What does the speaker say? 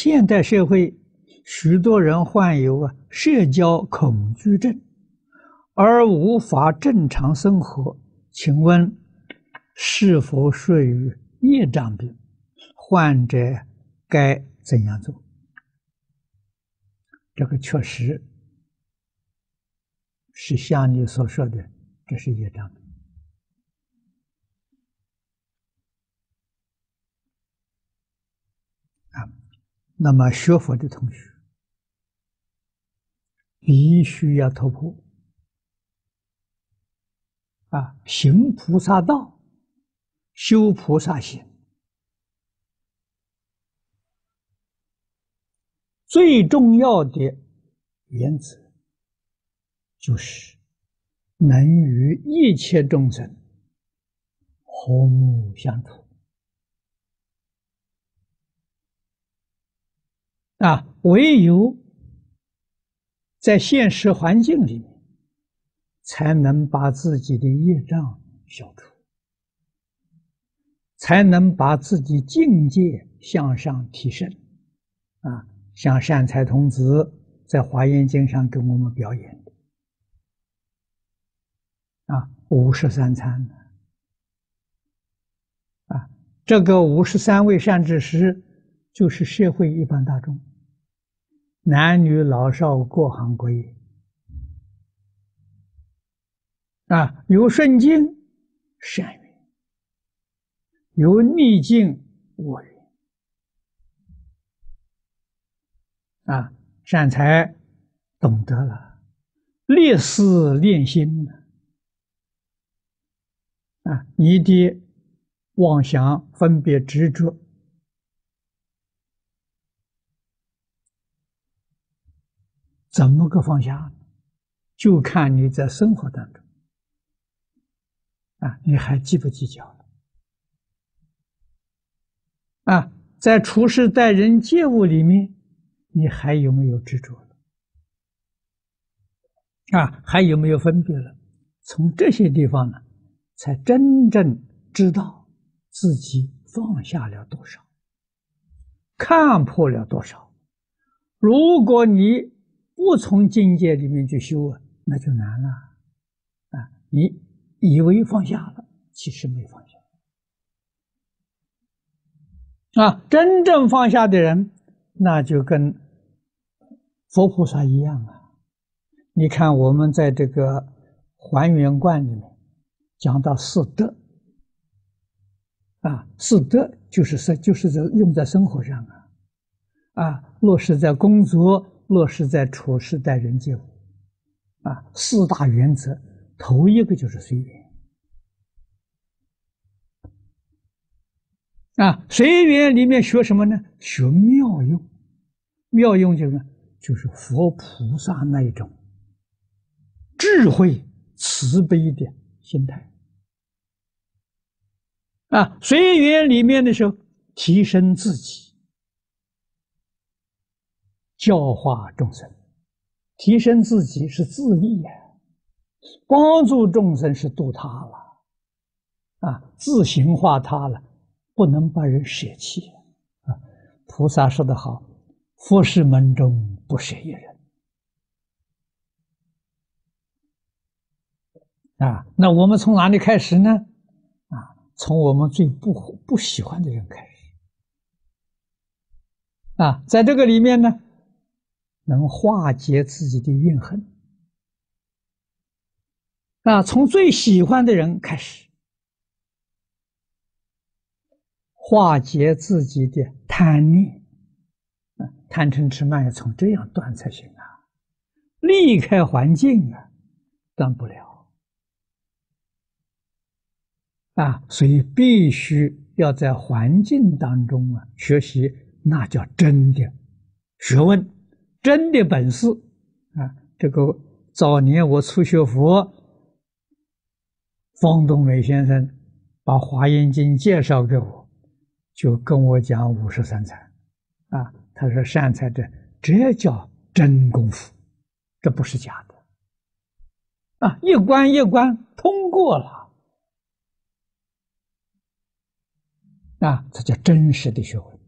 现代社会，许多人患有社交恐惧症，而无法正常生活。请问，是否属于业障病？患者该怎样做？这个确实是像你所说的，这是业障病。那么学佛的同学必须要突破行菩萨道，修菩萨行。最重要的原则就是能与一切众生和睦相处。唯有在现实环境里面，才能把自己的业障消除，才能把自己境界向上提升。像善财童子在《华严经》上给我们表演的53参这个53位善知识就是社会一般大众，男女老少各行各业有顺境善缘，有逆境恶缘善财懂得了立思练心你的妄想分别执着怎么个放下？就看你在生活当中你还计不计较了在处事待人接物里面，你还有没有执着了还有没有分别了？从这些地方呢，才真正知道自己放下了多少，看破了多少。如果你不从境界里面去修那就难了你以为放下了，其实没放下真正放下的人，那就跟佛菩萨一样你看我们在这个还原观里面讲到四德四德就是用在生活上落实在工作，落实在处事待人接物四大原则，头一个就是随缘随缘里面学什么呢？学妙用。妙用就是佛菩萨那一种智慧慈悲的心态随缘里面的时候，提升自己，教化众生。提升自己是自利帮助众生是度他了自行化他了，不能把人舍弃菩萨说得好，佛事门中不舍一人那我们从哪里开始呢？从我们最不喜欢的人开始在这个里面呢，能化解自己的怨恨从最喜欢的人开始，化解自己的贪念贪嗔痴慢，要从这样断才行离开环境断不了所以必须要在环境当中学习，那叫真的学问，真的本事这个早年我初学佛，方东美先生把《华严经》介绍给我，就跟我讲53参他说善财这叫真功夫，这不是假的一关一关通过了这叫真实的学问